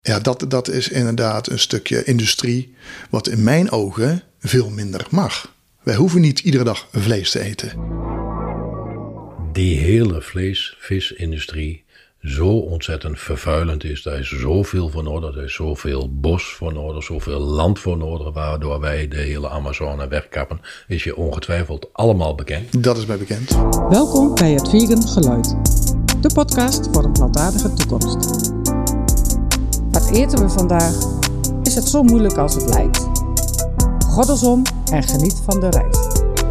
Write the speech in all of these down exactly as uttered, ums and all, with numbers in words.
Ja, dat, dat is inderdaad een stukje industrie wat in mijn ogen veel minder mag. Wij hoeven niet iedere dag vlees te eten. Die hele vlees-visindustrie zo ontzettend vervuilend is. Daar is zoveel voor nodig, er is zoveel bos voor nodig, zoveel land voor nodig, waardoor wij de hele Amazone wegkappen, is je ongetwijfeld allemaal bekend. Dat is mij bekend. Welkom bij Het Vegan Geluid, de podcast voor een plantaardige toekomst. Wat eten we vandaag? Is het zo moeilijk als het lijkt? Goddelsom en geniet van de reis.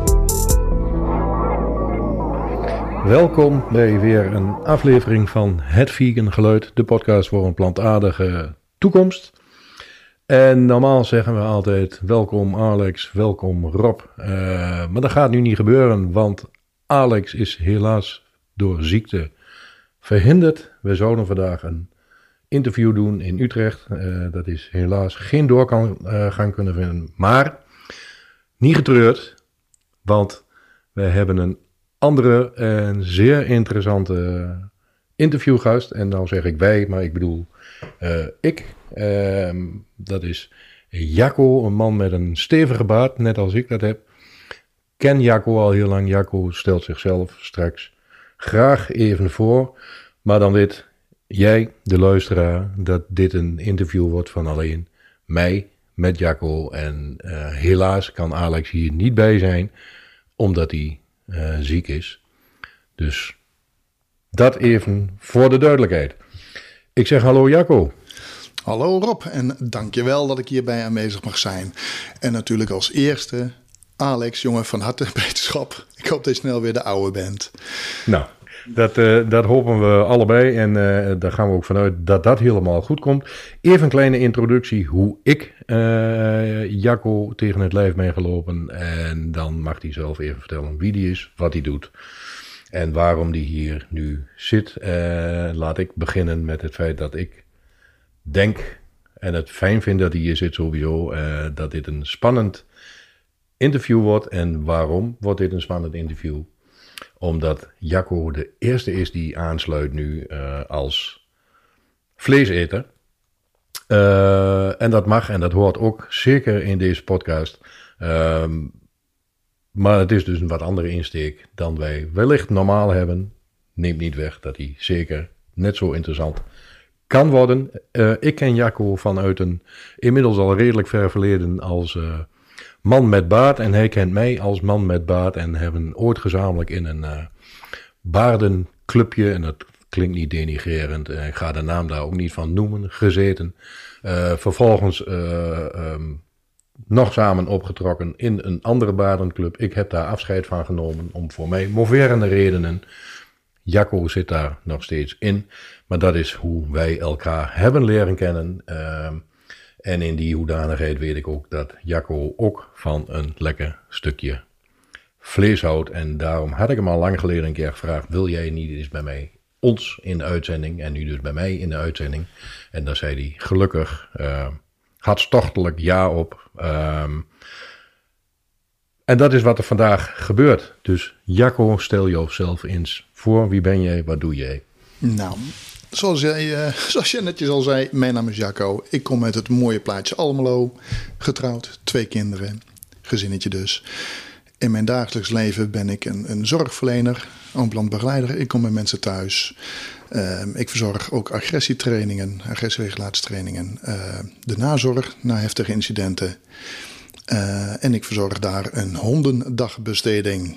Welkom bij weer een aflevering van Het Vegan Geluid, de podcast voor een plantaardige toekomst. En normaal zeggen we altijd welkom Alex, welkom Rob. Uh, maar dat gaat nu niet gebeuren, want Alex is helaas door ziekte verhinderd. We zouden vandaag een interview doen in Utrecht. Uh, dat is helaas geen doorgang uh, kunnen vinden. Maar niet getreurd, want we hebben een andere en zeer interessante interviewgast. En nou zeg ik wij, maar ik bedoel uh, ik. Uh, dat is Jacco, een man met een stevige baard, net als ik dat heb. Ken Jacco al heel lang. Jacco stelt zichzelf straks graag even voor. Maar dan weet jij, de luisteraar, dat dit een interview wordt van alleen mij met Jacco. En uh, helaas kan Alex hier niet bij zijn, omdat hij uh, ziek is. Dus dat even voor de duidelijkheid. Ik zeg hallo Jacco. Hallo Rob en dankjewel dat ik hierbij aanwezig mag zijn. En natuurlijk als eerste, Alex, jongen, van harte beterschap. Ik hoop dat je snel weer de oude bent. Nou, dat, uh, dat hopen we allebei en uh, daar gaan we ook vanuit dat dat helemaal goed komt. Even een kleine introductie hoe ik uh, Jacco tegen het lijf ben gelopen. En dan mag hij zelf even vertellen wie die is, wat hij doet en waarom die hier nu zit. Uh, laat ik beginnen met het feit dat ik denk en het fijn vind dat hij hier zit sowieso, uh, dat dit een spannend interview wordt. En waarom wordt dit een spannend interview? Omdat Jacco de eerste is die aansluit nu uh, als vleeseter. Uh, en dat mag en dat hoort ook zeker in deze podcast. Uh, maar het is dus een wat andere insteek dan wij wellicht normaal hebben. Neemt niet weg dat hij zeker net zo interessant kan worden. Uh, ik ken Jacco vanuit een inmiddels al redelijk ver verleden als uh, man met baard. En hij kent mij als man met baard. En hebben ooit gezamenlijk in een uh, baardenclubje, en dat klinkt niet denigrerend, uh, ik ga de naam daar ook niet van noemen, gezeten. Uh, vervolgens uh, um, nog samen opgetrokken in een andere baardenclub. Ik heb daar afscheid van genomen om voor mij moverende redenen. Jacco zit daar nog steeds in. Maar dat is hoe wij elkaar hebben leren kennen. Uh, en in die hoedanigheid weet ik ook dat Jacco ook van een lekker stukje vlees houdt. En daarom had ik hem al lang geleden een keer gevraagd: wil jij niet eens bij mij, ons in de uitzending? En nu dus bij mij in de uitzending. En daar zei hij gelukkig uh, hartstochtelijk ja op. Um, en dat is wat er vandaag gebeurt. Dus Jacco, stel jezelf eens voor. Wie ben jij? Wat doe jij? Nou, zoals jij, uh, zoals jij netjes al zei, mijn naam is Jacco. Ik kom uit het mooie plaatsje Almelo. Getrouwd, twee kinderen, gezinnetje dus. In mijn dagelijks leven ben ik een, een zorgverlener, ambulant begeleider. Ik kom bij mensen thuis. Uh, ik verzorg ook agressietrainingen, agressieregulatietrainingen. Uh, de nazorg na heftige incidenten. Uh, en ik verzorg daar een hondendagbesteding.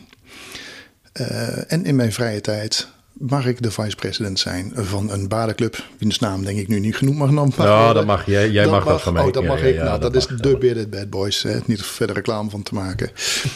Uh, en in mijn vrije tijd mag ik de vice-president zijn van een baardenclub, wiens naam denk ik nu niet genoemd mag worden. Ja, dat mag jij. Jij dat mag, mag dat van mij. Oh, dat ja, mag ja, ik. ja, nou, dat, dat is mag, de dat Bearded Bad Boys. Hè. Niet verder reclame van te maken.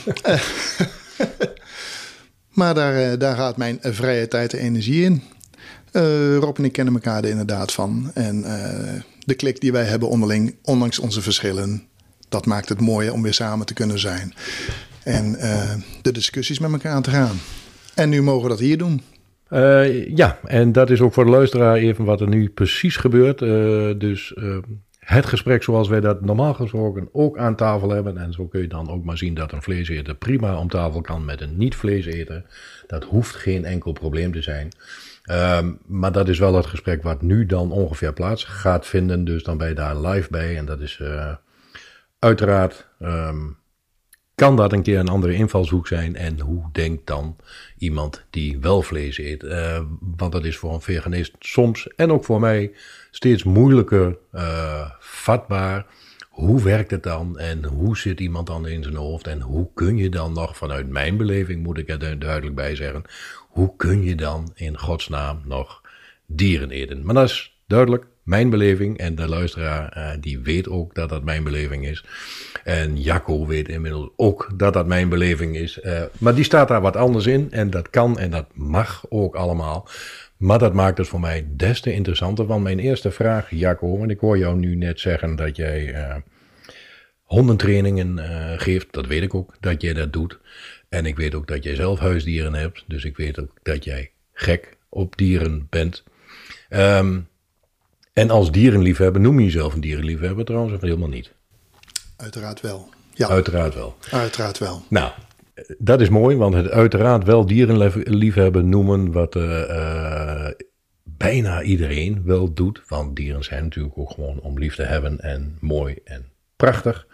Maar daar, daar gaat mijn vrije tijd en energie in. Uh, Rob en ik kennen elkaar er inderdaad van. En uh, de klik die wij hebben onderling, ondanks onze verschillen, dat maakt het mooi om weer samen te kunnen zijn. En uh, de discussies met elkaar aan te gaan. En nu mogen we dat hier doen. Uh, ja, en dat is ook voor de luisteraar even wat er nu precies gebeurt. Uh, dus uh, het gesprek zoals wij dat normaal gesproken ook aan tafel hebben. En zo kun je dan ook maar zien dat een vleeseter prima om tafel kan met een niet-vleeseter. Dat hoeft geen enkel probleem te zijn. Um, maar dat is wel het gesprek wat nu dan ongeveer plaats gaat vinden. Dus dan ben je daar live bij. En dat is uh, uiteraard... Um, kan dat een keer een andere invalshoek zijn? En hoe denkt dan iemand die wel vlees eet? Uh, want dat is voor een veganist soms en ook voor mij steeds moeilijker uh, vatbaar. Hoe werkt het dan en hoe zit iemand dan in zijn hoofd? En hoe kun je dan nog, vanuit mijn beleving moet ik er duidelijk bij zeggen, hoe kun je dan in godsnaam nog dieren eten? Maar dat is duidelijk mijn beleving en de luisteraar uh, die weet ook dat dat mijn beleving is. En Jacco weet inmiddels ook dat dat mijn beleving is. Uh, maar die staat daar wat anders in en dat kan en dat mag ook allemaal. Maar dat maakt het voor mij des te interessanter. Want mijn eerste vraag, Jacco, en ik hoor jou nu net zeggen dat jij uh, hondentrainingen uh, geeft. Dat weet ik ook, dat jij dat doet. En ik weet ook dat jij zelf huisdieren hebt. Dus ik weet ook dat jij gek op dieren bent. Um, en als dierenliefhebber, noem je jezelf een dierenliefhebber trouwens of helemaal niet? Uiteraard wel. Ja. Uiteraard wel. Uiteraard wel. Nou, dat is mooi, want het uiteraard wel dierenliefhebber noemen, wat uh, uh, bijna iedereen wel doet. Want dieren zijn natuurlijk ook gewoon om lief te hebben en mooi en prachtig.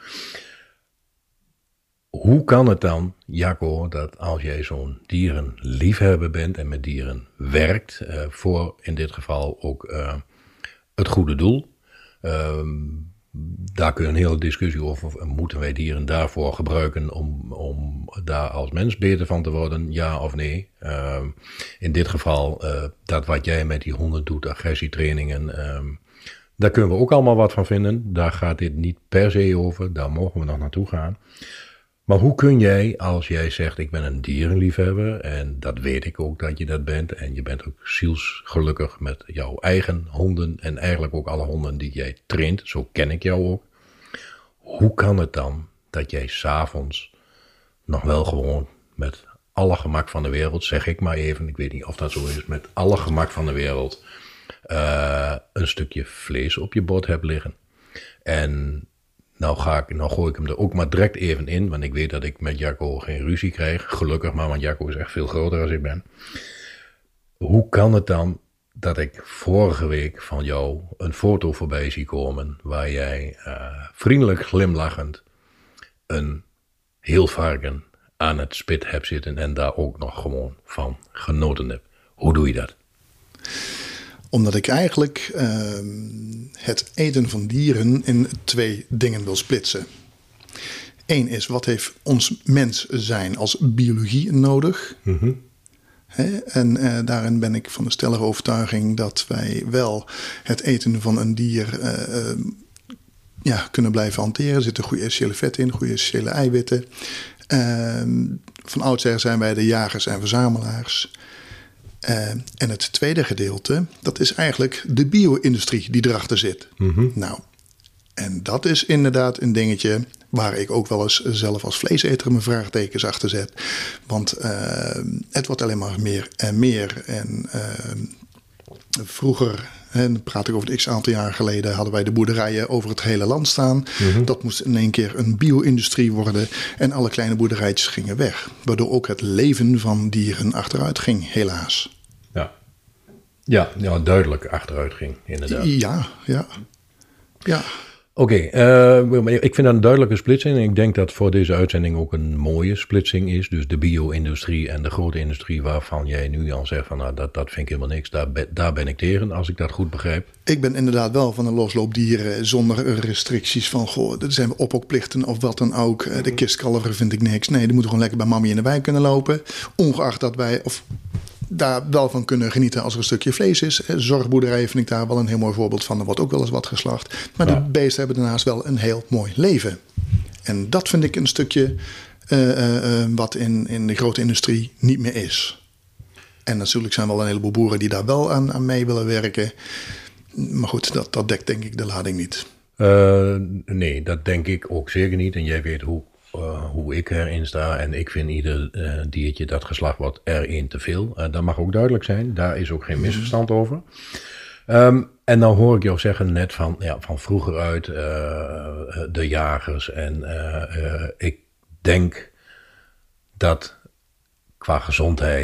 Hoe kan het dan, Jacco, dat als jij zo'n dierenliefhebber bent en met dieren werkt, uh, voor in dit geval ook uh, het goede doel. Uh, daar kun je een hele discussie over, moeten wij dieren daarvoor gebruiken om, om daar als mens beter van te worden, ja of nee. Uh, in dit geval, uh, dat wat jij met die honden doet, agressietrainingen, uh, daar kunnen we ook allemaal wat van vinden. Daar gaat dit niet per se over, daar mogen we nog naartoe gaan. Maar hoe kun jij, als jij zegt, ik ben een dierenliefhebber, en dat weet ik ook dat je dat bent, en je bent ook zielsgelukkig met jouw eigen honden, en eigenlijk ook alle honden die jij traint, zo ken ik jou ook. Hoe kan het dan dat jij 's avonds nog wel gewoon met alle gemak van de wereld, zeg ik maar even, ik weet niet of dat zo is, met alle gemak van de wereld, uh, een stukje vlees op je bord hebt liggen? En Nou, ga ik, nou gooi ik hem er ook maar direct even in, want ik weet dat ik met Jacco geen ruzie krijg. Gelukkig maar, want Jacco is echt veel groter dan ik ben. Hoe kan het dan dat ik vorige week van jou een foto voorbij zie komen waar jij uh, vriendelijk glimlachend een heel varken aan het spit hebt zitten en daar ook nog gewoon van genoten hebt? Hoe doe je dat? Omdat ik eigenlijk uh, het eten van dieren in twee dingen wil splitsen. Eén is, wat heeft ons mens zijn als biologie nodig? Mm-hmm. He, en uh, daarin ben ik van de stellige overtuiging dat wij wel het eten van een dier uh, uh, ja, kunnen blijven hanteren. Er zitten goede essentiële vetten in, goede essentiële eiwitten. Uh, van oudsher zijn wij de jagers en verzamelaars. Uh, en het tweede gedeelte, dat is eigenlijk de bio-industrie die erachter zit. Mm-hmm. Nou, en dat is inderdaad een dingetje waar ik ook wel eens zelf als vleeseter mijn vraagtekens achter zet. Want uh, het wordt alleen maar meer en meer. En uh, vroeger, en dan praat ik over het x aantal jaar geleden, hadden wij de boerderijen over het hele land staan. Mm-hmm. Dat moest in één keer een bio-industrie worden en alle kleine boerderijtjes gingen weg. Waardoor ook het leven van dieren achteruit ging, helaas. Ja, ja, ja duidelijk achteruit ging, inderdaad. Ja, ja, ja. Oké, okay, uh, ik vind dat een duidelijke splitsing. En ik denk dat voor deze uitzending ook een mooie splitsing is. Dus de bio-industrie en de grote industrie waarvan jij nu al zegt van nou, dat, dat vind ik helemaal niks. Daar ben, daar ben ik tegen, als ik dat goed begrijp. Ik ben inderdaad wel van de losloopdieren zonder restricties van goh, er zijn opookplichten of wat dan ook. De kistkalver vind ik niks. Nee, die moeten gewoon lekker bij mammy in de wei kunnen lopen. Ongeacht dat wij of daar wel van kunnen genieten als er een stukje vlees is. Zorgboerderijen vind ik daar wel een heel mooi voorbeeld van. Er wordt ook wel eens wat geslacht. Maar ja, de beesten hebben daarnaast wel een heel mooi leven. En dat vind ik een stukje uh, uh, wat in, in de grote industrie niet meer is. En natuurlijk zijn wel een heleboel boeren die daar wel aan, aan mee willen werken. Maar goed, dat, dat dekt denk ik de lading niet. Uh, nee, dat denk ik ook zeker niet. En jij weet hoe Uh, hoe ik erin sta. En ik vind ieder uh, diertje dat geslacht wordt er één te veel. Uh, dat mag ook duidelijk zijn. Daar is ook geen misverstand over. Um, en dan hoor ik jou zeggen net van, ja, van vroeger uit uh, de jagers. En uh, uh, ik denk dat qua gezondheid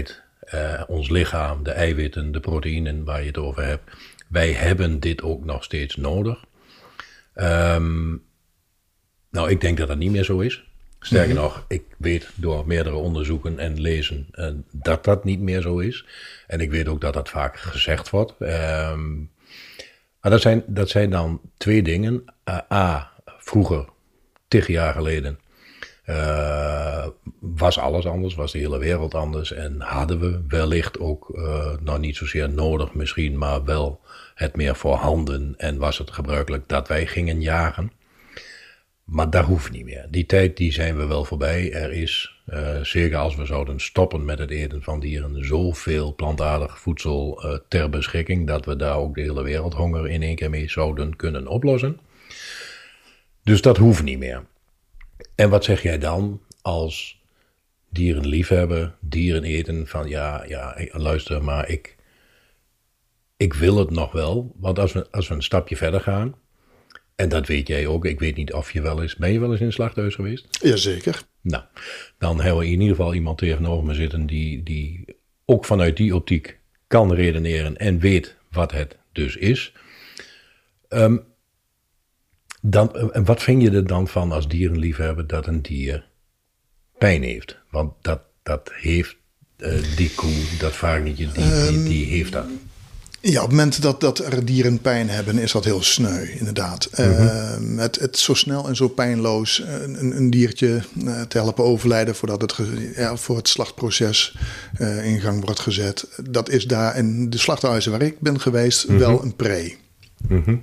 uh, ons lichaam, de eiwitten, de proteïnen waar je het over hebt. Wij hebben dit ook nog steeds nodig. Um, nou, ik denk dat dat niet meer zo is. Sterker mm-hmm. nog, ik weet door meerdere onderzoeken en lezen uh, dat dat niet meer zo is. En ik weet ook dat dat vaak gezegd wordt. Um, maar dat zijn, dat zijn dan twee dingen. Uh, A, vroeger, tig jaar geleden, uh, was alles anders, was de hele wereld anders. En hadden we wellicht ook, uh, nou niet zozeer nodig misschien, maar wel het meer voorhanden. En was het gebruikelijk dat wij gingen jagen. Maar dat hoeft niet meer. Die tijd die zijn we wel voorbij. Er is, uh, zeker als we zouden stoppen met het eten van dieren, zoveel plantaardig voedsel uh, ter beschikking, dat we daar ook de hele wereldhonger in één keer mee zouden kunnen oplossen. Dus dat hoeft niet meer. En wat zeg jij dan als dieren liefhebber, dieren eten van ja, ja, luister maar, ik, ik wil het nog wel. Want als we, als we een stapje verder gaan, en dat weet jij ook. Ik weet niet of je wel eens... Ben je wel eens in een slachthuis geweest? Jazeker. Nou, dan hebben we in ieder geval iemand tegenover me zitten die, die ook vanuit die optiek kan redeneren en weet wat het dus is. Um, dan, en wat vind je er dan van als dierenliefhebber dat een dier pijn heeft? Want dat, dat heeft uh, die koe, dat varkentje, die, um, die, die heeft dat. Ja, op het moment dat, dat er dieren pijn hebben, is dat heel sneu, inderdaad. Mm-hmm. Uh, het, het zo snel en zo pijnloos een, een diertje uh, te helpen overlijden voordat het, ge, ja, voor het slachtproces uh, in gang wordt gezet. Dat is daar in de slachthuizen waar ik ben geweest mm-hmm. wel een pre. Mm-hmm.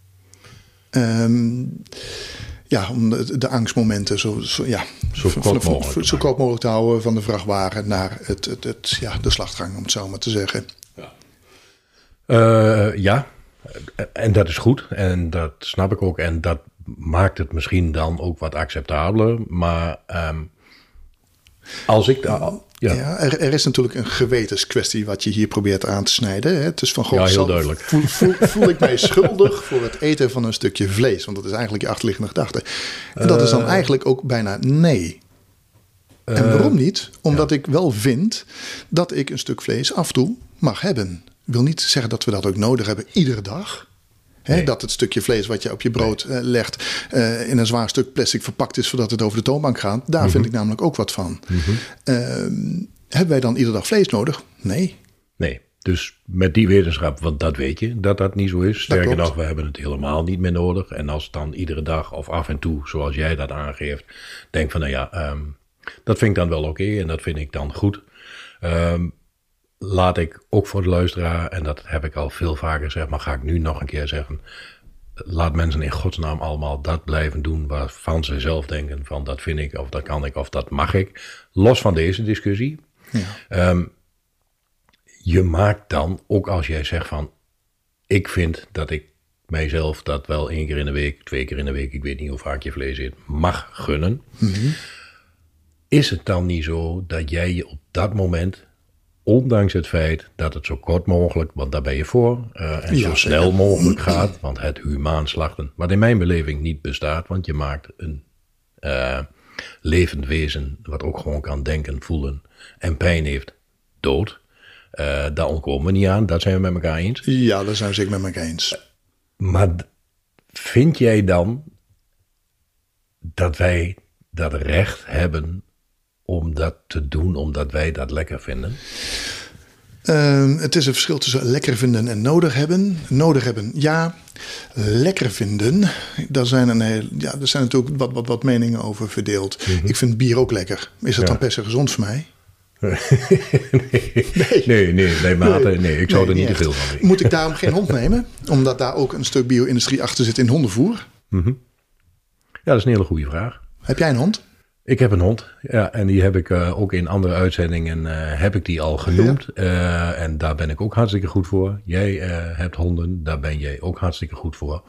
Um, ja, om de, de angstmomenten zo, zo, ja, zo, v- kort mogelijk, v- zo kort mogelijk te houden van de vrachtwagen naar het, het, het, ja, de slachtgang, om het zo maar te zeggen. Ja. Uh, ja, en dat is goed en dat snap ik ook en dat maakt het misschien dan ook wat acceptabeler, maar um, als ik... Uh, ja, ja er, er is natuurlijk een gewetenskwestie wat je hier probeert aan te snijden. Hè? Het is van, God, ja, heel zal, duidelijk. Voel, voel, voel ik mij schuldig voor het eten van een stukje vlees, want dat is eigenlijk je achterliggende gedachte. En dat is dan eigenlijk ook bijna nee. Uh, en waarom niet? Omdat ja. ik wel vind dat ik een stuk vlees af en toe mag hebben. Ik wil niet zeggen dat we dat ook nodig hebben iedere dag. Hè, nee. Dat het stukje vlees wat je op je brood nee. uh, legt uh, in een zwaar stuk plastic verpakt is voordat het over de toonbank gaat. Daar mm-hmm. vind ik namelijk ook wat van. Mm-hmm. Uh, hebben wij dan iedere dag vlees nodig? Nee. Nee, dus met die wetenschap, want dat weet je, dat dat niet zo is. Sterker nog, we hebben het helemaal niet meer nodig. En als dan iedere dag of af en toe, zoals jij dat aangeeft, denk van nou ja, um, dat vind ik dan wel oké okay, en dat vind ik dan goed. Um, Laat ik ook voor de luisteraar, en dat heb ik al veel vaker gezegd, maar ga ik nu nog een keer zeggen. Laat mensen in godsnaam allemaal dat blijven doen waarvan ze zelf denken van dat vind ik, of dat kan ik, of dat mag ik. Los van deze discussie. Ja. Um, je maakt dan, ook als jij zegt van, ik vind dat ik mijzelf dat wel één keer in de week, twee keer in de week, ik weet niet hoe vaak je vlees eet, mag gunnen. Mm-hmm. Is het dan niet zo dat jij je op dat moment, ondanks het feit dat het zo kort mogelijk, want daar ben je voor, uh, en ja, zo snel zeker. mogelijk gaat, want het humaan slachten, wat in mijn beleving niet bestaat, want je maakt een uh, levend wezen, wat ook gewoon kan denken, voelen en pijn heeft, dood. Uh, daar ontkomen we niet aan, dat zijn we met elkaar eens. Ja, daar zijn we zeker met elkaar eens. Maar vind jij dan dat wij dat recht hebben om dat te doen, omdat wij dat lekker vinden? Uh, het is een verschil tussen lekker vinden en nodig hebben. Nodig hebben, ja. Lekker vinden, daar zijn, een heel, ja, er zijn natuurlijk wat, wat, wat meningen over verdeeld. Mm-hmm. Ik vind bier ook lekker. Is dat ja. dan per se gezond voor mij? nee, nee, nee, nee, nee, mate, nee, nee, ik zou nee, er niet te veel van weten. Moet ik daarom geen hond nemen? Omdat daar ook een stuk bio-industrie achter zit in hondenvoer? Mm-hmm. Ja, dat is een hele goede vraag. Heb jij een hond? Ik heb een hond, ja, en die heb ik uh, ook in andere uitzendingen uh, heb ik die al genoemd. Ja. Uh, en daar ben ik ook hartstikke goed voor. Jij uh, hebt honden, daar ben jij ook hartstikke goed voor.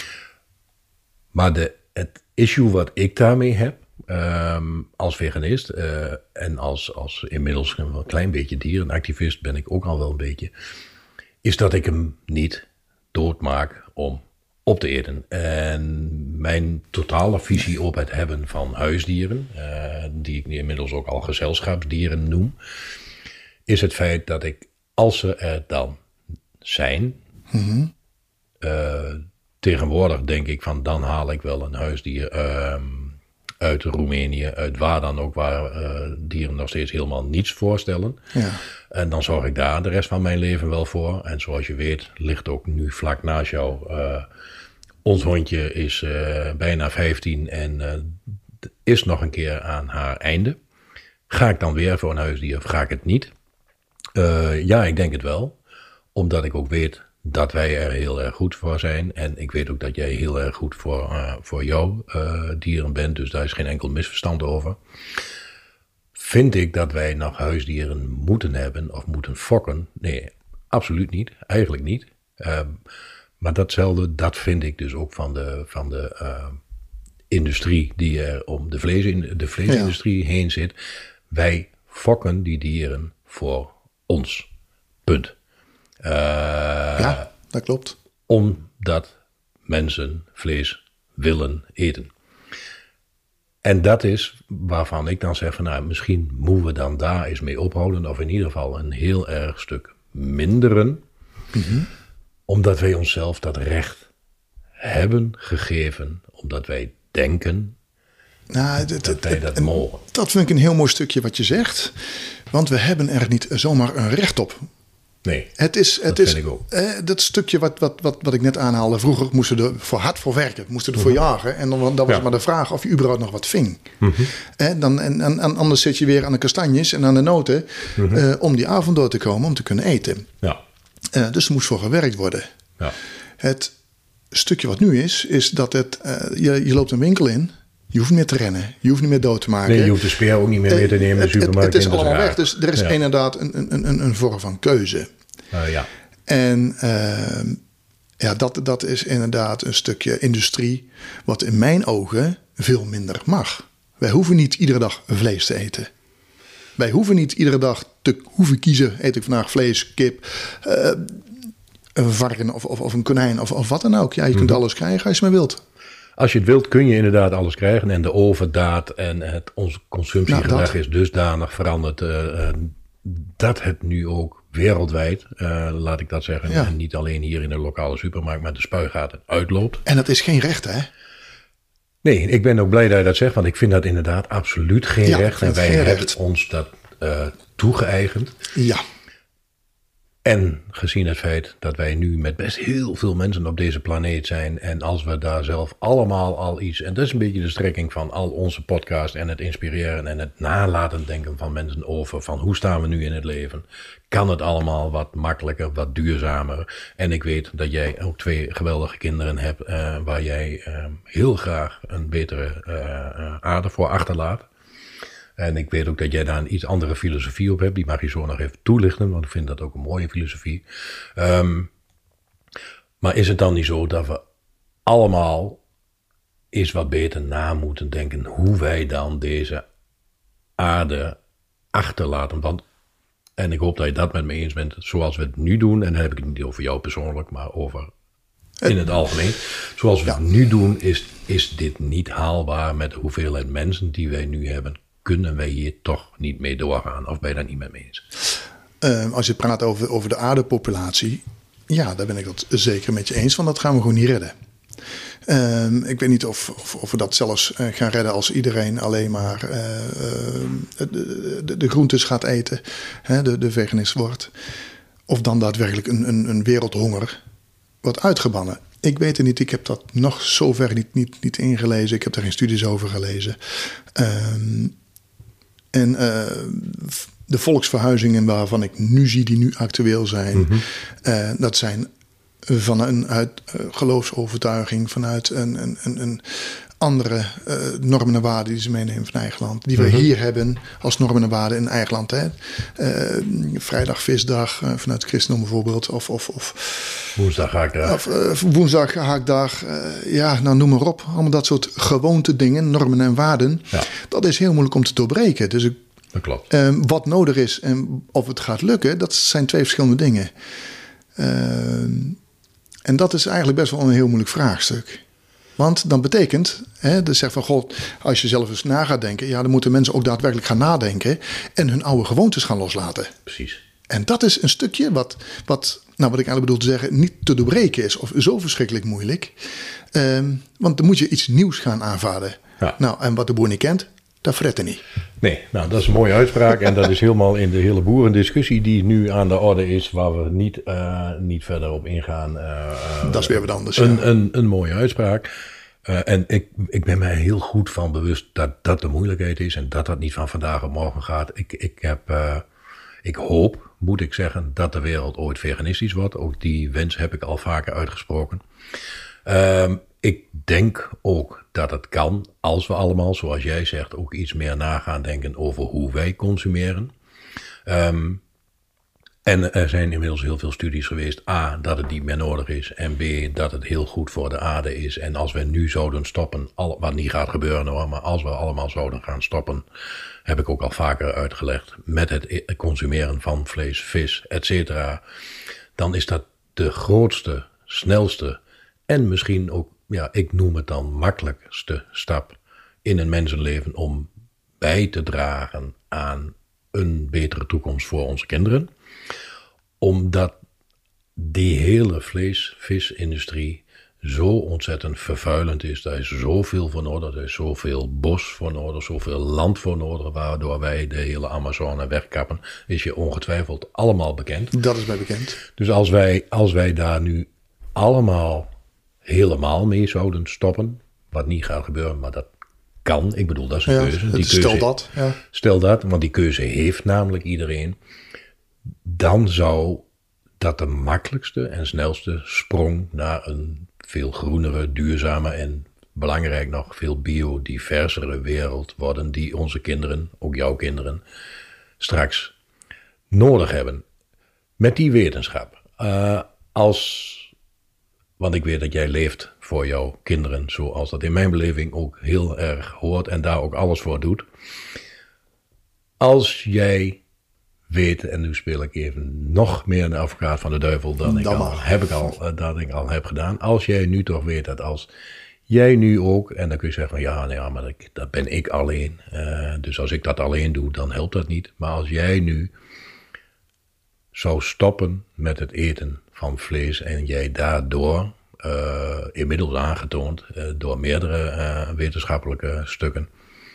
Maar de, het issue wat ik daarmee heb, um, als veganist uh, en als, als inmiddels een klein beetje dierenactivist ben ik ook al wel een beetje, is dat ik hem niet doodmaak om op te eten. En mijn totale visie op het hebben van huisdieren, uh, die ik inmiddels ook al gezelschapsdieren noem, is het feit dat ik, als ze er dan zijn, mm-hmm. uh, tegenwoordig denk ik van dan haal ik wel een huisdier uh, uit Roemenië, uit waar dan ook, waar uh, dieren nog steeds helemaal niets voorstellen. Ja. En dan zorg ik daar de rest van mijn leven wel voor. En zoals je weet, ligt ook nu vlak naast jou. Uh, ons hondje is uh, bijna vijftien en uh, is nog een keer aan haar einde. Ga ik dan weer voor een huisdier of ga ik het niet? Uh, ja, ik denk het wel. Omdat ik ook weet dat wij er heel erg goed voor zijn. En ik weet ook dat jij heel erg goed voor, uh, voor jouw uh, dieren bent. Dus daar is geen enkel misverstand over. Vind ik dat wij nog huisdieren moeten hebben of moeten fokken? Nee, absoluut niet. Eigenlijk niet. Uh, maar datzelfde, dat vind ik dus ook van de, van de uh, industrie die er om de, vlees in, de vleesindustrie ja. heen zit. Wij fokken die dieren voor ons. Punt. Uh, ja, dat klopt. Omdat mensen vlees willen eten. En dat is waarvan ik dan zeg van nou, misschien moeten we dan daar eens mee ophouden. Of in ieder geval een heel erg stuk minderen. Mm-hmm. Omdat wij onszelf dat recht hebben gegeven. Omdat wij denken nou, het, dat het, wij dat het, mogen. Dat vind ik een heel mooi stukje wat je zegt. Want we hebben er niet zomaar een recht op. Nee, het is, het dat is, vind ik ook. Eh, dat stukje wat, wat, wat, wat ik net aanhaalde. Vroeger moesten we er voor hard voor werken. Moesten we er voor jagen. En dan, dan was ja. het maar de vraag of je überhaupt nog wat ving. Mm-hmm. Eh, dan, en, en, en anders zit je weer aan de kastanjes en aan de noten. Mm-hmm. Uh, om die avond door te komen om te kunnen eten. Ja. Uh, dus er moest voor gewerkt worden. Ja. Het stukje wat nu is, is dat het, uh, je, je loopt een winkel in. Je hoeft niet meer te rennen. Je hoeft niet meer dood te maken. Nee, je hoeft de speer ook niet meer mee te nemen in de supermarkt. Het, het is allemaal weg. Dus er is ja. inderdaad een, een, een, een vorm van keuze. Uh, ja. En uh, ja, dat, dat is inderdaad een stukje industrie wat in mijn ogen veel minder mag. Wij hoeven niet iedere dag vlees te eten. Wij hoeven niet iedere dag te hoeven kiezen. Eet ik vandaag vlees, kip, uh, een varken of, of, of een konijn of, of wat dan ook. Ja, je kunt mm-hmm. alles krijgen als je maar wilt. Als je het wilt kun je inderdaad alles krijgen. En de overdaad en het, ons consumptiegedrag nou, is dusdanig veranderd. Uh, dat het nu ook wereldwijd, uh, laat ik dat zeggen. Ja. En niet alleen hier in de lokale supermarkt, maar de spuigaten uitloopt. En dat is geen recht, hè? Nee, ik ben ook blij dat je dat zegt. Want ik vind dat inderdaad absoluut geen ja, recht. En wij hebben recht. ons dat uh, toegeëigend. Ja. En gezien het feit dat wij nu met best heel veel mensen op deze planeet zijn. En als we daar zelf allemaal al iets. En dat is een beetje de strekking van al onze podcasts. En het inspireren en het nalaten denken van mensen over. Van hoe staan we nu in het leven? Kan het allemaal wat makkelijker, wat duurzamer? En ik weet dat jij ook twee geweldige kinderen hebt. Uh, waar jij uh, heel graag een betere uh, uh, aarde voor achterlaat. En ik weet ook dat jij daar een iets andere filosofie op hebt. Die mag je zo nog even toelichten, want ik vind dat ook een mooie filosofie. Um, maar is het dan niet zo dat we allemaal eens wat beter na moeten denken hoe wij dan deze aarde achterlaten? Want, en ik hoop dat je dat met me eens bent, zoals we het nu doen. En dan heb ik het niet over jou persoonlijk, maar over in het algemeen. Zoals we ja. het nu doen, is, is dit niet haalbaar met de hoeveelheid mensen die wij nu hebben. Kunnen wij hier toch niet mee doorgaan? Of ben je daar niet mee eens? Uh, als je praat over, over de aardepopulatie, ja, daar ben ik het zeker met je eens. Want dat gaan we gewoon niet redden. Uh, ik weet niet of, of, of we dat zelfs uh, gaan redden als iedereen alleen maar uh, uh, de, de, de groentes gaat eten. Hè, de, de veganist wordt. Of dan daadwerkelijk een, een, een wereldhonger wordt uitgebannen. Ik weet het niet, ik heb dat nog zover niet, niet, niet ingelezen. Ik heb daar geen studies over gelezen. Um, en uh, de volksverhuizingen waarvan ik nu zie, die nu actueel zijn, mm-hmm. uh, dat zijn vanuit uh, geloofsovertuiging, vanuit een, een, een, een andere uh, normen en waarden die ze meenemen van eigen land. Die mm-hmm. we hier hebben als normen en waarden in eigen land. Hè? Uh, vrijdag, visdag, uh, vanuit het christendom bijvoorbeeld. Of, of, of woensdag haakdag. Of uh, woensdag haakdag. Uh, ja, nou noem maar op. Allemaal dat soort gewoonte dingen, normen en waarden. Ja. Dat is heel moeilijk om te doorbreken. Dus ik, dat klopt. Uh, wat nodig is en of het gaat lukken, dat zijn twee verschillende dingen. Uh, en dat is eigenlijk best wel een heel moeilijk vraagstuk. Want dan betekent, hè, dus zeg van god, als je zelf eens na gaat denken, ja, dan moeten mensen ook daadwerkelijk gaan nadenken en hun oude gewoontes gaan loslaten. Precies. En dat is een stukje wat, wat, nou, wat ik eigenlijk bedoel te zeggen, niet te doorbreken is of zo verschrikkelijk moeilijk. Um, want dan moet je iets nieuws gaan aanvaarden. Ja. Nou, en wat de boer niet kent, dat fret er niet. Nee, nou dat is een mooie uitspraak en dat is helemaal in de hele boerendiscussie die nu aan de orde is, waar we niet, uh, niet verder op ingaan. Uh, dat is weer wat anders. Een, ja. een, een, een mooie uitspraak. Uh, en ik, ik ben mij heel goed van bewust dat dat de moeilijkheid is en dat dat niet van vandaag op morgen gaat. Ik, ik, heb, uh, ik hoop, moet ik zeggen, dat de wereld ooit veganistisch wordt. Ook die wens heb ik al vaker uitgesproken. Uh, ik denk ook dat het kan als we allemaal, zoals jij zegt, ook iets meer na gaan denken over hoe wij consumeren. Um, en er zijn inmiddels heel veel studies geweest. A, dat het niet meer nodig is. En B, dat het heel goed voor de aarde is. En als we nu zouden stoppen, al, wat niet gaat gebeuren hoor, maar als we allemaal zouden gaan stoppen, heb ik ook al vaker uitgelegd, met het consumeren van vlees, vis, et cetera, dan is dat de grootste, snelste en misschien ook, ja, ik noem het dan makkelijkste stap in een mensenleven om bij te dragen aan een betere toekomst voor onze kinderen. Omdat die hele vlees-vis-industrie zo ontzettend vervuilend is. Daar is zoveel voor nodig, er is zoveel bos voor nodig, zoveel land voor nodig, waardoor wij de hele Amazone wegkappen, is je ongetwijfeld allemaal bekend. Dat is mij bekend. Dus als wij, als wij daar nu allemaal helemaal mee zouden stoppen, wat niet gaat gebeuren, maar dat kan. Ik bedoel, dat is een ja, keuze. Die stel keuze, dat. Ja. Stel dat, want die keuze heeft namelijk iedereen. Dan zou dat de makkelijkste en snelste sprong naar een veel groenere, duurzame en belangrijk nog veel biodiversere wereld worden die onze kinderen, ook jouw kinderen, straks nodig hebben. Met die wetenschap. Uh, als, want ik weet dat jij leeft voor jouw kinderen, zoals dat in mijn beleving ook heel erg hoort en daar ook alles voor doet. Als jij weet, en nu speel ik even nog meer een advocaat van de duivel dan ik, al, heb ik al, uh, dat ik al heb gedaan. Als jij nu toch weet dat als jij nu ook, en dan kun je zeggen van ja, nee, maar dat, dat ben ik alleen. Uh, dus als ik dat alleen doe, dan helpt dat niet. Maar als jij nu zou stoppen met het eten van vlees en jij daardoor, uh, inmiddels aangetoond uh, door meerdere uh, wetenschappelijke stukken,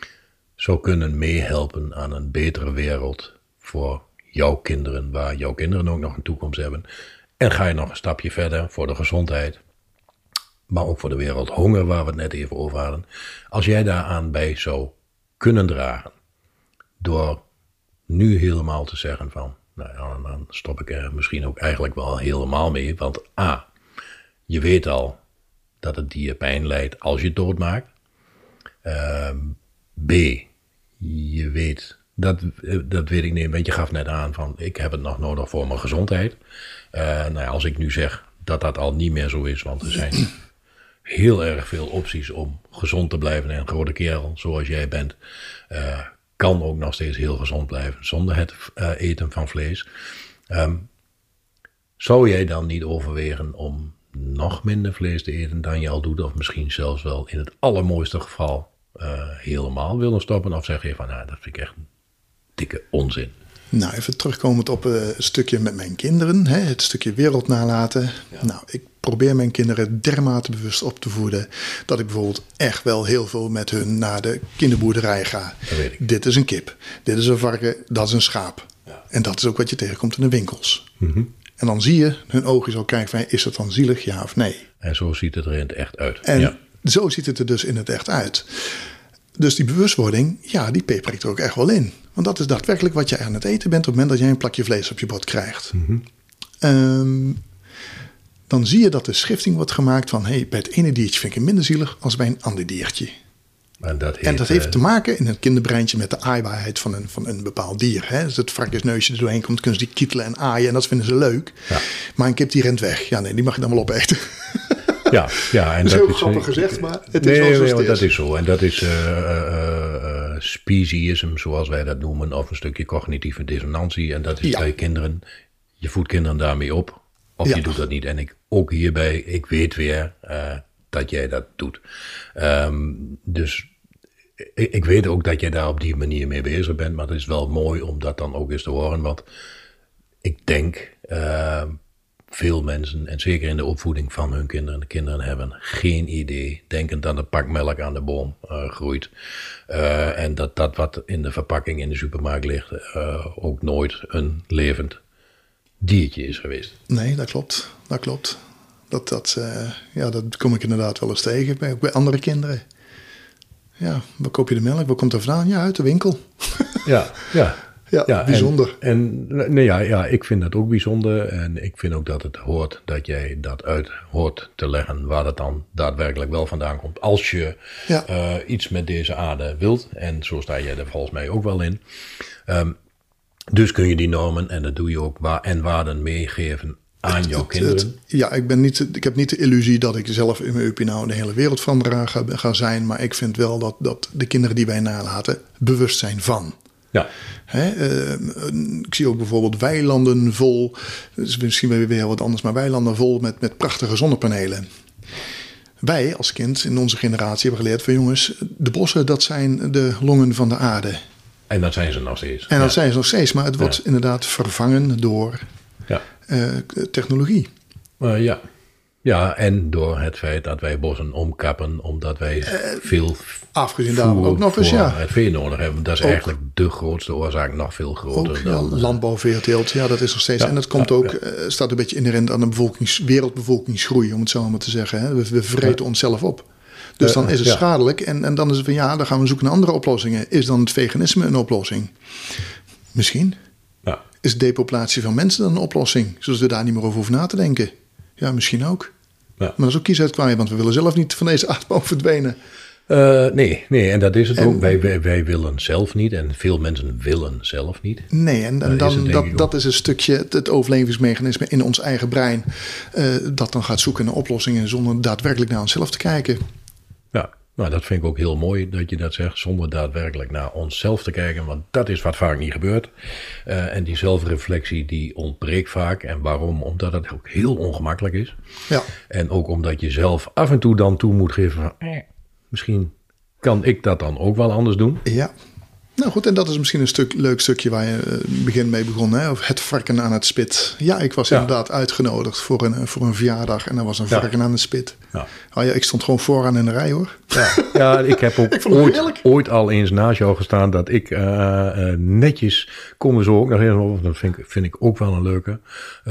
zou kunnen meehelpen aan een betere wereld voor jouw kinderen, waar jouw kinderen ook nog een toekomst hebben. En ga je nog een stapje verder voor de gezondheid, maar ook voor de wereldhonger, waar we het net even over hadden. Als jij daaraan bij zou kunnen dragen, door nu helemaal te zeggen van, nou ja, dan stop ik er misschien ook eigenlijk wel helemaal mee, want A, je weet al dat het dier pijn lijdt als je het doodmaakt. Uh, B, je weet, dat, dat weet ik niet, want je gaf net aan van, ik heb het nog nodig voor mijn gezondheid. Uh, nou ja, als ik nu zeg dat dat al niet meer zo is, want er zijn heel erg veel opties om gezond te blijven en een grote kerel zoals jij bent, uh, kan ook nog steeds heel gezond blijven zonder het uh, eten van vlees. Um, zou jij dan niet overwegen om nog minder vlees te eten dan je al doet, of misschien zelfs wel in het allermooiste geval uh, helemaal willen stoppen? Of zeg je van, nou, dat vind ik echt een dikke onzin? Nou, even terugkomend op uh, het stukje met mijn kinderen, hè, het stukje wereld nalaten. Ja. Nou, ik probeer mijn kinderen dermate bewust op te voeden dat ik bijvoorbeeld echt wel heel veel met hun naar de kinderboerderij ga. Dat weet ik. Dit is een kip, dit is een varken, dat is een schaap. Ja. En dat is ook wat je tegenkomt in de winkels. Mm-hmm. En dan zie je hun ogen zo kijken van, is dat dan zielig, ja of nee? En zo ziet het er in het echt uit. En ja. zo ziet het er dus in het echt uit. Dus die bewustwording, ja, die peper ik er ook echt wel in. Want dat is daadwerkelijk wat je aan het eten bent op het moment dat jij een plakje vlees op je bord krijgt. Mm-hmm. Um, dan zie je dat de schifting wordt gemaakt van, hey, bij het ene diertje vind ik het minder zielig als bij een ander diertje. En dat heeft, en dat heeft uh, te maken in het kinderbreintje met de aaibaarheid van een, van een bepaald dier. Hè? Dus het varkensneusje er doorheen komt, kunnen ze die kietelen en aaien en dat vinden ze leuk. Ja. Maar een kip die rent weg. Ja, nee, die mag je dan wel opeten. Ja, ja, en dat is dat heel is grappig uh, gezegd, maar het nee, is wel zo. Nee, nee, dat is zo. En dat is uh, uh, uh, speciesism, zoals wij dat noemen, of een stukje cognitieve dissonantie. En dat is ja. bij kinderen, je voedt kinderen daarmee op, of ja. je doet dat niet. En ik ook hierbij, ik weet weer, uh, dat jij dat doet. Um, dus ik, ik weet ook dat jij daar op die manier mee bezig bent, maar het is wel mooi om dat dan ook eens te horen, want ik denk, uh, veel mensen, en zeker in de opvoeding van hun kinderen, de kinderen hebben geen idee, denken dat een pak melk aan de boom uh, groeit. Uh, en dat dat wat in de verpakking in de supermarkt ligt, uh, ook nooit een levend diertje is geweest. Nee, dat klopt. Dat klopt. Dat, dat, uh, ja, dat kom ik inderdaad wel eens tegen, bij, ook bij andere kinderen. Ja, waar koop je de melk? Waar komt er vandaan? Ja, uit de winkel. Ja, ja. Ja, ja, bijzonder. En, en nee, ja, ja, ik vind dat ook bijzonder. En ik vind ook dat het hoort dat jij dat uit hoort te leggen waar het dan daadwerkelijk wel vandaan komt. Als je ja. uh, iets met deze aarde wilt. En zo sta jij er volgens mij ook wel in. Um, dus kun je die normen, en dat doe je ook, waar, en waarden meegeven aan jouw het, kinderen. Het, ja, ik, ben niet, ik heb niet de illusie dat ik zelf in mijn U P nou de hele wereld van ga, ga zijn. Maar ik vind wel dat, dat de kinderen die wij nalaten bewust zijn van. Ja. He, uh, ik zie ook bijvoorbeeld weilanden vol, dus misschien weer wat anders, maar weilanden vol met, met prachtige zonnepanelen. Wij als kind in onze generatie hebben geleerd van jongens, de bossen dat zijn de longen van de aarde. En dat zijn ze nog steeds. En dat ja. zijn ze nog steeds, maar het wordt ja. inderdaad vervangen door ja. uh, technologie. Uh, ja. Ja, en door het feit dat wij bossen omkappen, omdat wij uh, veel afgezien daarvan ook nog eens, ja. het vee nodig hebben. Dat is ook eigenlijk de grootste oorzaak, nog veel groter. Ook, dan, ja, landbouwveeteelt, ja, dat is nog steeds. Ja, en dat komt ja, ook, ja. uh, staat een beetje inherent aan de bevolkings, wereldbevolkingsgroei, om het zo maar te zeggen. Hè. We, we vreten ja. onszelf op. Dus dan is het ja. schadelijk. En, en dan is het van ja, dan gaan we zoeken naar andere oplossingen. Is dan het veganisme een oplossing? Misschien. Ja. Is depopulatie van mensen dan een oplossing? Zodat we daar niet meer over hoeven na te denken. Ja, misschien ook. Ja. Maar dat is ook kiesuitkwaai, want we willen zelf niet van deze aardbol verdwijnen. Uh, nee, nee, en dat is het en, ook. Wij, wij, wij willen zelf niet en veel mensen willen zelf niet. Nee, en, en dan, dat, dat is een stukje het, het overlevingsmechanisme in ons eigen brein. Uh, dat dan gaat zoeken naar oplossingen zonder daadwerkelijk naar onszelf te kijken. Ja, nou dat vind ik ook heel mooi dat je dat zegt, zonder daadwerkelijk naar onszelf te kijken. Want dat is wat vaak niet gebeurt. Uh, en die zelfreflectie die ontbreekt vaak. En waarom? Omdat het ook heel ongemakkelijk is. Ja. En ook omdat je zelf af en toe dan toe moet geven van, eh, misschien kan ik dat dan ook wel anders doen. Ja. Nou goed, en dat is misschien een stuk, leuk stukje waar je in het begin mee begon. Hè? Of het varken aan het spit. Ja, ik was ja. inderdaad uitgenodigd voor een, voor een verjaardag. En er was een varken ja. aan het spit. Ja. Oh ja, ik stond gewoon vooraan in de rij hoor. Ja, ja ik heb ook ik ooit, ooit al eens naast jou gestaan dat ik uh, uh, netjes kom zo ook nog even. Dat vind ik, vind ik ook wel een leuke.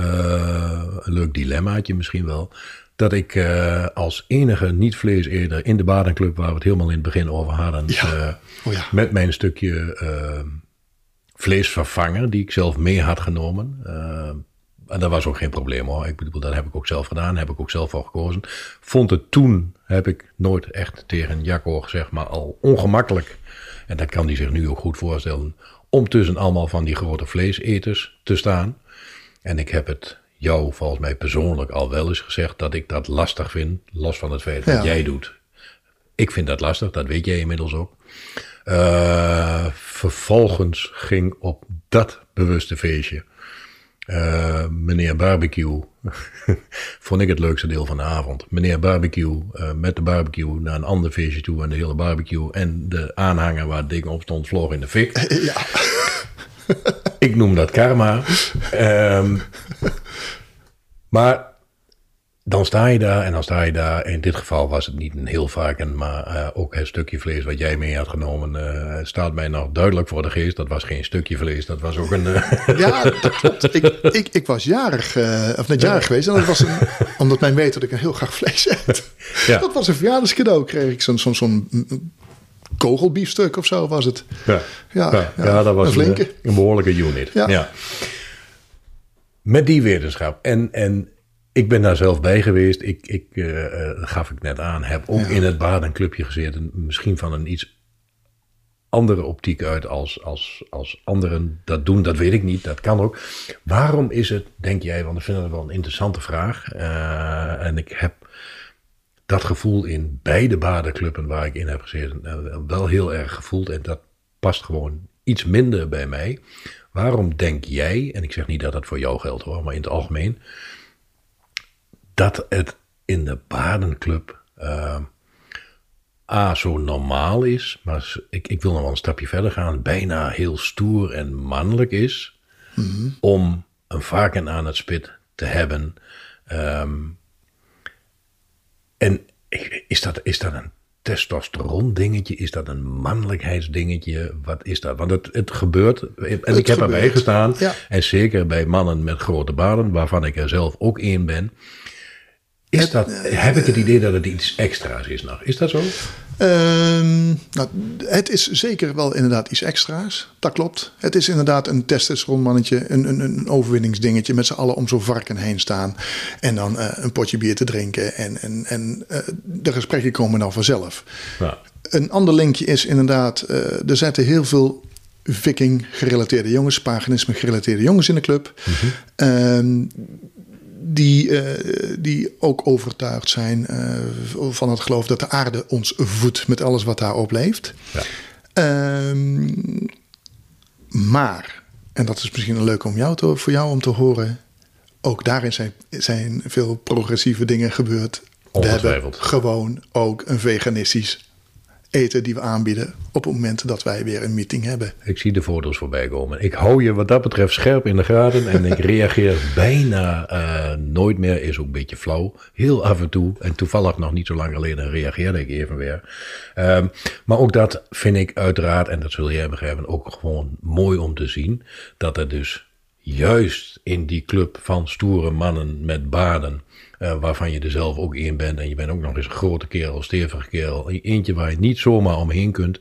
Uh, een leuk dilemmaatje misschien wel. Dat ik uh, als enige niet-vleeseter in de Badenclub, waar we het helemaal in het begin over hadden, ja. Uh, oh ja. met mijn stukje uh, vleesvervanger, die ik zelf mee had genomen. Uh, en dat was ook geen probleem hoor. Ik bedoel, dat heb ik ook zelf gedaan, heb ik ook zelf voor gekozen. Vond het toen, heb ik nooit echt tegen Jacco gezegd, maar al ongemakkelijk. En dat kan hij zich nu ook goed voorstellen, om tussen allemaal van die grote vleeseters te staan. En ik heb het jou volgens mij persoonlijk al wel eens gezegd dat ik dat lastig vind, los van het feit wat ja. jij doet. Ik vind dat lastig, dat weet jij inmiddels ook. Uh, vervolgens ging op dat bewuste feestje uh, meneer Barbecue, vond ik het leukste deel van de avond. Meneer Barbecue uh, met de barbecue naar een ander feestje toe en de hele barbecue en de aanhanger waar het ding op stond vloog in de fik. Ja. Ik noem dat karma. Um, maar dan sta je daar en dan sta je daar. In dit geval was het niet een heel varken, maar uh, ook het stukje vlees wat jij mee had genomen uh, staat mij nog duidelijk voor de geest. Dat was geen stukje vlees, dat was ook een... Uh... Ja, dat klopt. Ik, ik, ik was jarig, uh, of net jarig geweest. En dat was een, omdat men weet dat ik heel graag vlees eet. Ja. Dat was een verjaardagscadeau. Kreeg ik zo'n... zo'n, zo'n kogelbiefstuk of zo was het. Ja, ja, ja, ja, ja dat was een, een, een behoorlijke unit. Ja. Ja. Met die wetenschap. En, en ik ben daar zelf bij geweest. Ik, ik uh, gaf ik net aan, heb ook ja. in het Badenclubje gezeten. Misschien van een iets andere optiek uit als, als, als anderen dat doen. Dat weet ik niet, dat kan ook. Waarom is het, denk jij, want ik vind het wel een interessante vraag. Uh, en ik heb dat gevoel in beide badenclubben waar ik in heb gezeten wel heel erg gevoeld. En dat past gewoon iets minder bij mij. Waarom denk jij, en ik zeg niet dat dat voor jou geldt hoor, maar in het algemeen, dat het in de badenclub Uh, A, zo normaal is, maar ik, ik wil nog wel een stapje verder gaan, bijna heel stoer en mannelijk is, mm-hmm. om een varken aan het spit te hebben. Um, en is dat, is dat een testosteron dingetje? Is dat een mannelijkheidsdingetje? Wat is dat? Want het, het gebeurt, en het ik heb gebeurt. erbij gestaan, ja. En zeker bij mannen met grote baden, waarvan ik er zelf ook één ben. Is het, dat, uh, heb ik het idee dat het iets extra's is nog? Is dat zo? Um, nou, het is zeker wel inderdaad iets extra's. Dat klopt. Het is inderdaad een testosteronmannetje, een, een, een overwinningsdingetje met z'n allen om zo'n varken heen staan. En dan uh, een potje bier te drinken. En, en, en uh, de gesprekken komen dan vanzelf. Ja. Een ander linkje is inderdaad, uh, er zitten heel veel viking-gerelateerde jongens, paganisme-gerelateerde jongens in de club. Mm-hmm. Um, Die, uh, die ook overtuigd zijn uh, van het geloof dat de aarde ons voedt met alles wat daarop leeft. Ja. Um, maar, en dat is misschien leuk om jou te, voor jou om te horen, ook daarin zijn, zijn veel progressieve dingen gebeurd. We hebben gewoon ook een veganistisch eten die we aanbieden op het moment dat wij weer een meeting hebben. Ik zie de foto's voorbij komen. Ik hou je wat dat betreft scherp in de gaten en ik reageer bijna uh, nooit meer. Is ook een beetje flauw. Heel af en toe. En toevallig nog niet zo lang geleden reageerde ik even weer. Um, maar ook dat vind ik uiteraard, en dat zul jij begrijpen, ook gewoon mooi om te zien. Dat er dus juist in die club van stoere mannen met baarden, Uh, waarvan je er zelf ook één bent. En je bent ook nog eens een grote kerel, stevige kerel. Eentje waar je niet zomaar omheen kunt.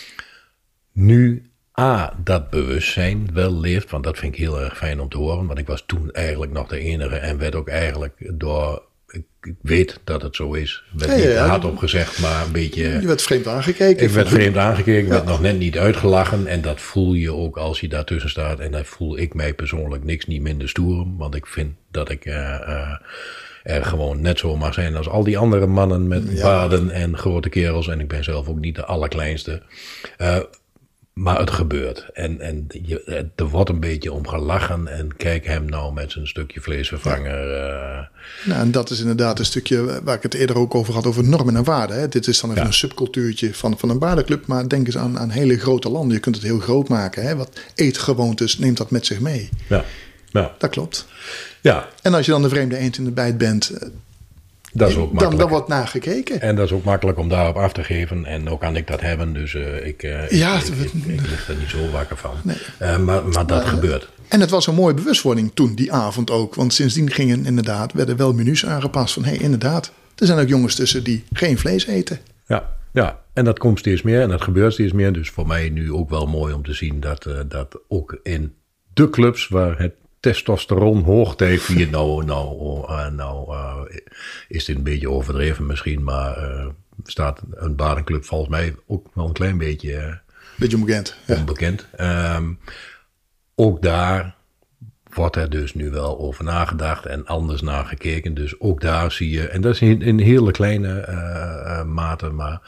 Nu, A, dat bewustzijn wel leeft. Want dat vind ik heel erg fijn om te horen. Want ik was toen eigenlijk nog de enige. En werd ook eigenlijk door... Ik, ik weet dat het zo is. Werd ja, ja, niet hardop gezegd, maar een beetje... Je werd vreemd aangekeken. Ik werd vreemd aangekeken. Ik ja. werd nog net niet uitgelachen. En dat voel je ook als je daartussen staat. En daar voel ik mij persoonlijk niks niet minder stoer. Want ik vind dat ik... Uh, uh, er gewoon net zo mag zijn als al die andere mannen met ja. baarden en grote kerels. En ik ben zelf ook niet de allerkleinste. Uh, maar het gebeurt. En, en je, er wordt een beetje om gelachen. En kijk hem nou met zijn stukje vleesvervanger. Ja. Uh, nou, en dat is inderdaad een stukje waar ik het eerder ook over had. Over normen en waarden. Hè. Dit is dan even ja. een subcultuurtje van, van een baardenclub. Maar denk eens aan, aan hele grote landen. Je kunt het heel groot maken. Hè. Wat eetgewoontes neemt dat met zich mee. Ja. Ja. Dat klopt. Ja. En als je dan de vreemde eend in de bijt bent, dat is ook makkelijk. Dan, dan wordt nagekeken. En dat is ook makkelijk om daarop af te geven. En ook kan ik dat hebben. Dus uh, ik, uh, ja, ik, ik, ik, ik lig er niet zo wakker van. Nee. Uh, maar, maar dat uh, gebeurt. En het was een mooie bewustwording toen, die avond ook. Want sindsdien gingen inderdaad, werden wel menus aangepast. Van hé, hey, inderdaad, er zijn ook jongens tussen die geen vlees eten. Ja, ja, en dat komt steeds meer. En dat gebeurt steeds meer. Dus voor mij nu ook wel mooi om te zien dat, uh, dat ook in de clubs waar het testosteron hoogtij viert. Nou, nou, uh, nou uh, is dit een beetje overdreven misschien, maar uh, staat een badenclub volgens mij ook wel een klein beetje, uh, beetje onbekend. onbekend. Ja. Um, ook daar wordt er dus nu wel over nagedacht en anders naar gekeken. Dus ook daar zie je, en dat is in, in hele kleine uh, uh, mate, maar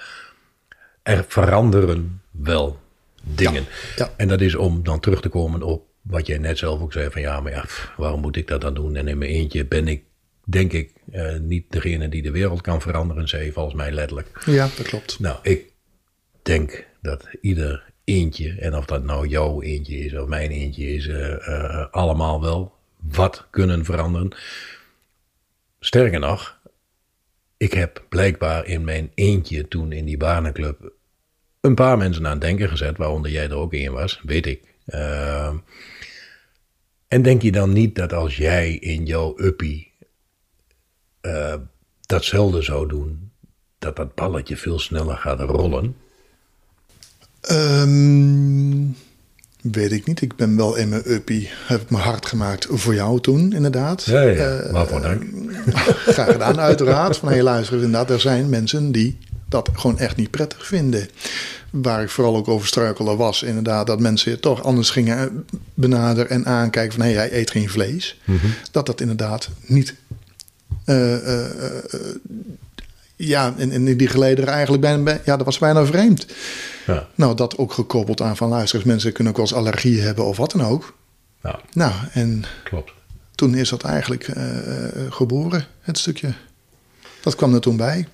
er veranderen wel dingen. Ja, ja. En dat is om dan terug te komen op wat jij net zelf ook zei, van ja, maar ja, pff, waarom moet ik dat dan doen? En in mijn eentje ben ik, denk ik, uh, niet degene die de wereld kan veranderen, zei je volgens mij letterlijk. Ja, dat klopt. Nou, ik denk dat ieder eentje, en of dat nou jouw eentje is of mijn eentje is, uh, uh, allemaal wel wat kunnen veranderen. Sterker nog, ik heb blijkbaar in mijn eentje toen in die banenclub een paar mensen aan het denken gezet, waaronder jij er ook in was, weet ik. Uh, en denk je dan niet dat als jij in jouw uppie uh, datzelfde zou doen, dat dat balletje veel sneller gaat rollen? Um, weet ik niet. Ik ben wel in mijn uppie, heb ik me hard gemaakt voor jou toen, inderdaad. Ja, ja. Uh, waarvoor dank. Graag gedaan, uiteraard. Van hey, luister, inderdaad, er zijn mensen die dat gewoon echt niet prettig vinden. Waar ik vooral ook over struikelde was inderdaad dat mensen het toch anders gingen benaderen en aankijken van hé, hey, hij eet geen vlees. Mm-hmm. Dat dat inderdaad niet uh, uh, uh, ja, in, in die gelederen eigenlijk bijna, ja, dat was bijna vreemd. Ja. Nou, dat ook gekoppeld aan van luister, mensen kunnen ook wel eens allergieën hebben of wat dan ook. Ja. Nou, en klopt. Toen is dat eigenlijk uh, geboren, het stukje. Dat kwam er toen bij.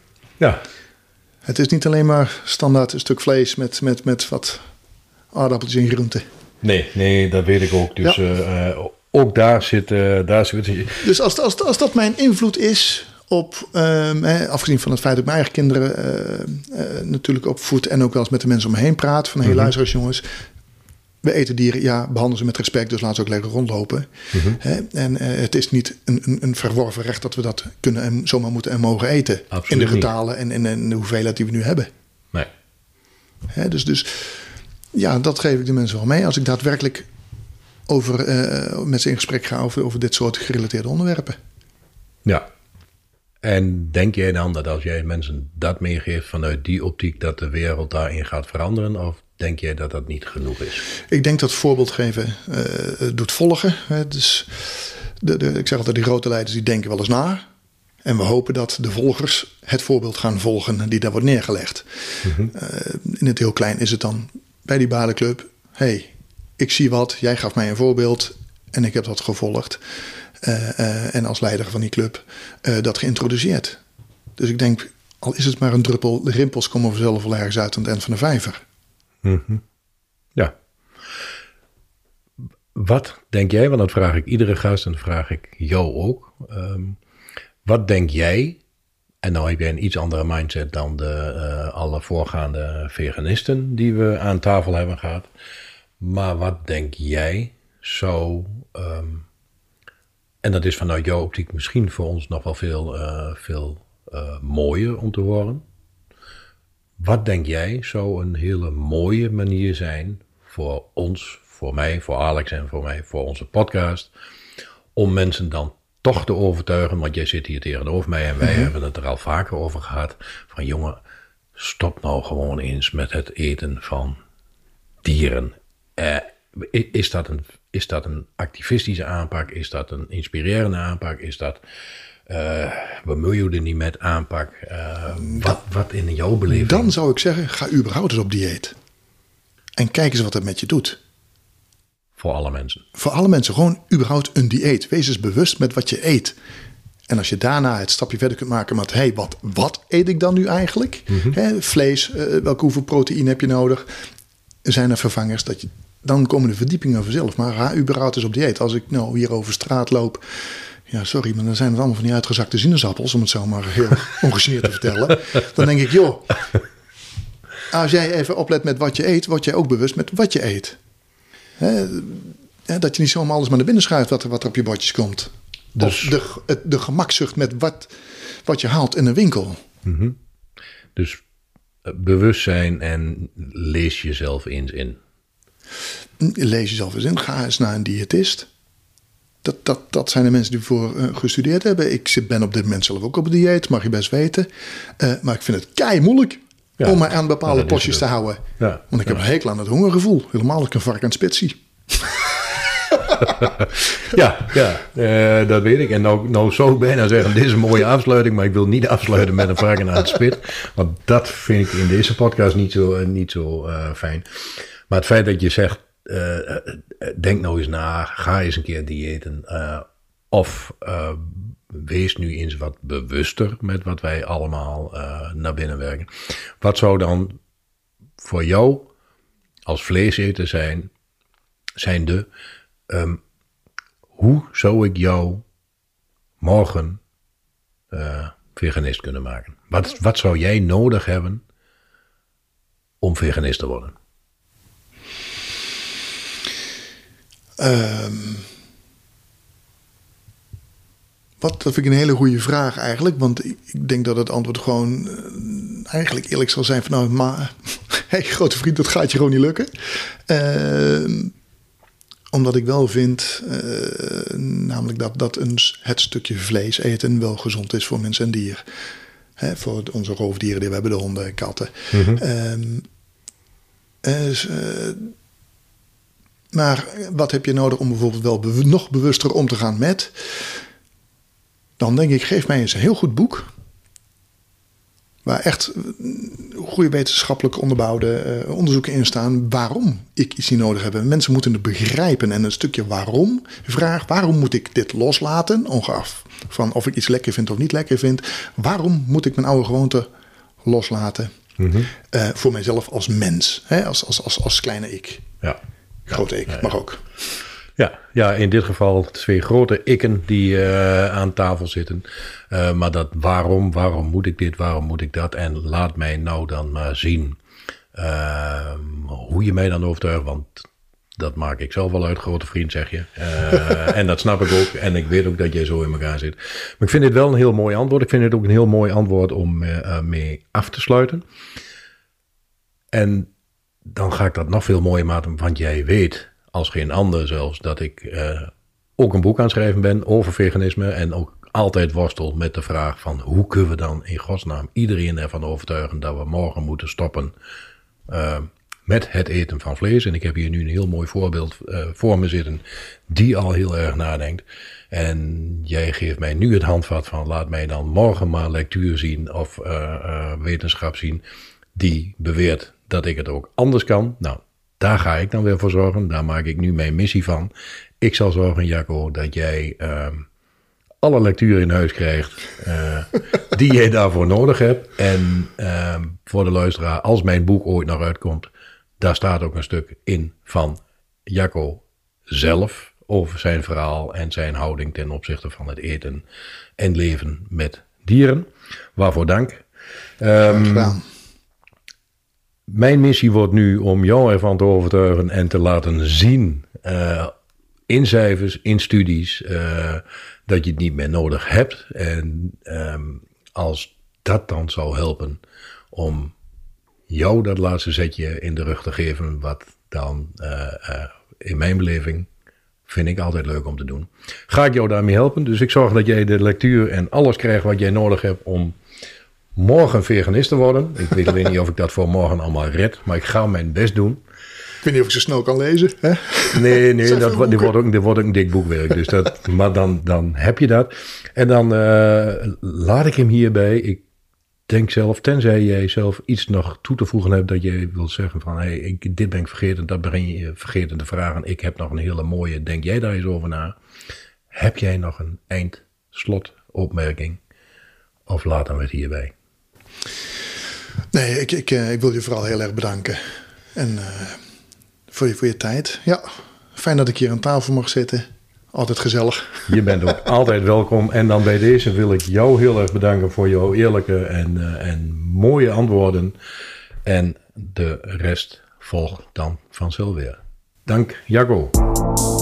Ja. Het is niet alleen maar standaard een stuk vlees met, met, met wat aardappeltjes en groenten. Nee, nee, dat weet ik ook. Dus ja. uh, ook daar zit... Uh, daar zit dus als, als, als dat mijn invloed is op... Um, eh, afgezien van het feit dat ik mijn eigen kinderen uh, uh, natuurlijk opvoed... en ook wel eens met de mensen om me heen praat... van hé, hey, luister eens jongens... we eten dieren, ja, behandelen ze met respect... dus laten ze ook lekker rondlopen. Mm-hmm. Hè? En uh, het is niet een, een, een verworven recht... dat we dat kunnen en zomaar moeten en mogen eten. Absoluut in de getalen en, en, en de hoeveelheid die we nu hebben. Nee. Hè? Dus... dus ja, dat geef ik de mensen wel mee. Als ik daadwerkelijk over, uh, met ze in gesprek ga over, over dit soort gerelateerde onderwerpen. Ja. En denk jij dan dat als jij mensen dat meegeeft vanuit die optiek... dat de wereld daarin gaat veranderen? Of denk jij dat dat niet genoeg is? Ik denk dat voorbeeld geven uh, doet volgen. Hè. Dus de, de, ik zeg altijd, de grote leiders die denken wel eens na. En we hopen dat de volgers het voorbeeld gaan volgen die daar wordt neergelegd. Mm-hmm. Uh, in het heel klein is het dan... bij die badenclub, hey, ik zie wat, jij gaf mij een voorbeeld en ik heb dat gevolgd. Uh, uh, en als leider van die club uh, dat geïntroduceerd. Dus ik denk, al is het maar een druppel, de rimpels komen vanzelf wel ergens uit aan het eind van de vijver. Mm-hmm. Ja. Wat denk jij, want dat vraag ik iedere gast en dat vraag ik jou ook. Um, wat denk jij... En nou heb jij een iets andere mindset dan de, uh, alle voorgaande veganisten die we aan tafel hebben gehad. Maar wat denk jij zou, um, en dat is vanuit jouw optiek misschien voor ons nog wel veel, uh, veel uh, mooier om te horen. Wat denk jij zou een hele mooie manier zijn voor ons, voor mij, voor Alex en voor mij, voor onze podcast, om mensen dan toch te overtuigen, want jij zit hier tegenover mij en wij mm-hmm. hebben het er al vaker over gehad, van jongen, stop nou gewoon eens met het eten van dieren. Uh, is, dat een, is dat een activistische aanpak? Is dat een inspirerende aanpak? Is dat uh, bemoei je er niet met aanpak? Uh, wat, wat in jouw beleving? Dan zou ik zeggen, ga überhaupt eens op dieet. En kijk eens wat het met je doet. Voor alle mensen. Voor alle mensen, gewoon überhaupt een dieet. Wees eens bewust met wat je eet. En als je daarna het stapje verder kunt maken met... hé, hey, wat, wat eet ik dan nu eigenlijk? Mm-hmm. Hè, vlees, uh, welke hoeveel proteïne heb je nodig? Zijn er vervangers? Dat je, dan komen de verdiepingen vanzelf. Maar ga überhaupt eens op dieet. Als ik nou hier over straat loop... ja, sorry, maar dan zijn het allemaal van die uitgezakte sinaasappels... om het zo maar heel ongegeneerd te vertellen. Dan denk ik, joh... als jij even oplet met wat je eet... word jij ook bewust met wat je eet. He, dat je niet zomaar alles maar naar binnen schuift wat er, wat er op je bordjes komt. Dus, of de, de gemakzucht met wat, wat je haalt in een winkel. Mm-hmm. Dus bewustzijn en lees jezelf eens in. Lees jezelf eens in. Ga eens naar een diëtist. Dat, dat, dat zijn de mensen die ervoor uh, gestudeerd hebben. Ik zit, ben op dit moment zelf ook op een dieet, mag je best weten. Uh, maar ik vind het kei moeilijk. Ja, om mij aan bepaalde ja, postjes te houden. Ja, Want ik ja. heb een hekel aan het hongergevoel. Helemaal als ik een vark aan het spit zie. ja, ja uh, dat weet ik. En nou, nou zou ik bijna zeggen, dit is een mooie afsluiting. Maar ik wil niet afsluiten met een vark aan het spit. Want dat vind ik in deze podcast niet zo, uh, niet zo uh, fijn. Maar het feit dat je zegt, uh, uh, denk nou eens na. Ga eens een keer diëten. Uh, of... Uh, Wees nu eens wat bewuster met wat wij allemaal uh, naar binnen werken. Wat zou dan voor jou als vleeseter zijn, zijn de... Um, hoe zou ik jou morgen uh, veganist kunnen maken? Wat, wat zou jij nodig hebben om veganist te worden? Um... Wat, dat vind ik een hele goede vraag eigenlijk. Want ik, ik denk dat het antwoord gewoon uh, eigenlijk eerlijk zal zijn van... nou, maar, hey, grote vriend, dat gaat je gewoon niet lukken. Uh, omdat ik wel vind, uh, namelijk dat, dat een, het stukje vlees eten wel gezond is voor mens en dier. Hè, voor onze roofdieren die we hebben, de honden, katten. Mm-hmm. Um, uh, maar wat heb je nodig om bijvoorbeeld wel be- nog bewuster om te gaan met... Dan denk ik, geef mij eens een heel goed boek. Waar echt goede wetenschappelijk onderbouwde uh, onderzoeken in staan. Waarom ik iets niet nodig heb. Mensen moeten het begrijpen. En een stukje waarom. Vraag, waarom moet ik dit loslaten? Ongeacht van of ik iets lekker vind of niet lekker vind. Waarom moet ik mijn oude gewoonte loslaten. Mm-hmm. Uh, voor mijzelf als mens. Hè? Als, als, als, als kleine ik. Ja. Grote ik, ja, ja. mag ook. Ja, ja, in dit geval twee grote ikken die uh, aan tafel zitten. Uh, maar dat waarom, waarom moet ik dit, waarom moet ik dat? En laat mij nou dan maar zien uh, hoe je mij dan overtuigt. Want dat maak ik zelf wel uit, grote vriend, zeg je. Uh, en dat snap ik ook. En ik weet ook dat jij zo in elkaar zit. Maar ik vind dit wel een heel mooi antwoord. Ik vind het ook een heel mooi antwoord om uh, mee af te sluiten. En dan ga ik dat nog veel mooier maken, want jij weet, als geen ander zelfs, dat ik uh, ook een boek aan het schrijven ben over veganisme en ook altijd worstel met de vraag van hoe kunnen we dan in godsnaam iedereen ervan overtuigen dat we morgen moeten stoppen uh, met het eten van vlees. En ik heb hier nu een heel mooi voorbeeld uh, voor me zitten die al heel erg nadenkt. En jij geeft mij nu het handvat van laat mij dan morgen maar lectuur zien of uh, uh, wetenschap zien die beweert dat ik het ook anders kan. Nou, daar ga ik dan weer voor zorgen. Daar maak ik nu mijn missie van. Ik zal zorgen, Jacco, dat jij uh, alle lectuur in huis krijgt uh, die jij daarvoor nodig hebt. En uh, voor de luisteraar, als mijn boek ooit nog uitkomt, daar staat ook een stuk in van Jacco zelf over zijn verhaal en zijn houding ten opzichte van het eten en leven met dieren. Waarvoor dank. Um, Mijn missie wordt nu om jou ervan te overtuigen en te laten zien uh, in cijfers, in studies, uh, dat je het niet meer nodig hebt. En um, als dat dan zou helpen om jou dat laatste zetje in de rug te geven, wat dan uh, uh, in mijn beleving vind ik altijd leuk om te doen. Ga ik jou daarmee helpen? Dus ik zorg dat jij de lectuur en alles krijgt wat jij nodig hebt om morgen veganist te worden. Ik weet alleen niet of ik dat voor morgen allemaal red, maar ik ga mijn best doen. Ik weet niet of ik zo snel kan lezen. Hè? Nee, nee, dat, dat, wordt ook, dat wordt ook een dik boekwerk. Dus dat, maar dan, dan heb je dat. En dan uh, laat ik hem hierbij. Ik denk zelf, tenzij jij zelf iets nog toe te voegen hebt dat je wilt zeggen van hey, ik, dit ben ik vergeten, dat ben je vergeten te vragen. Ik heb nog een hele mooie, denk jij daar eens over na? Heb jij nog een eindslotopmerking? Of laten we het hierbij? Nee, ik, ik, ik wil je vooral heel erg bedanken. En uh, voor, je, voor je tijd. Ja, fijn dat ik hier aan tafel mag zitten. Altijd gezellig. Je bent ook altijd welkom. En dan bij deze wil ik jou heel erg bedanken voor jouw eerlijke en, uh, en mooie antwoorden. En de rest volgt dan vanzelf weer. Dank, Jacco.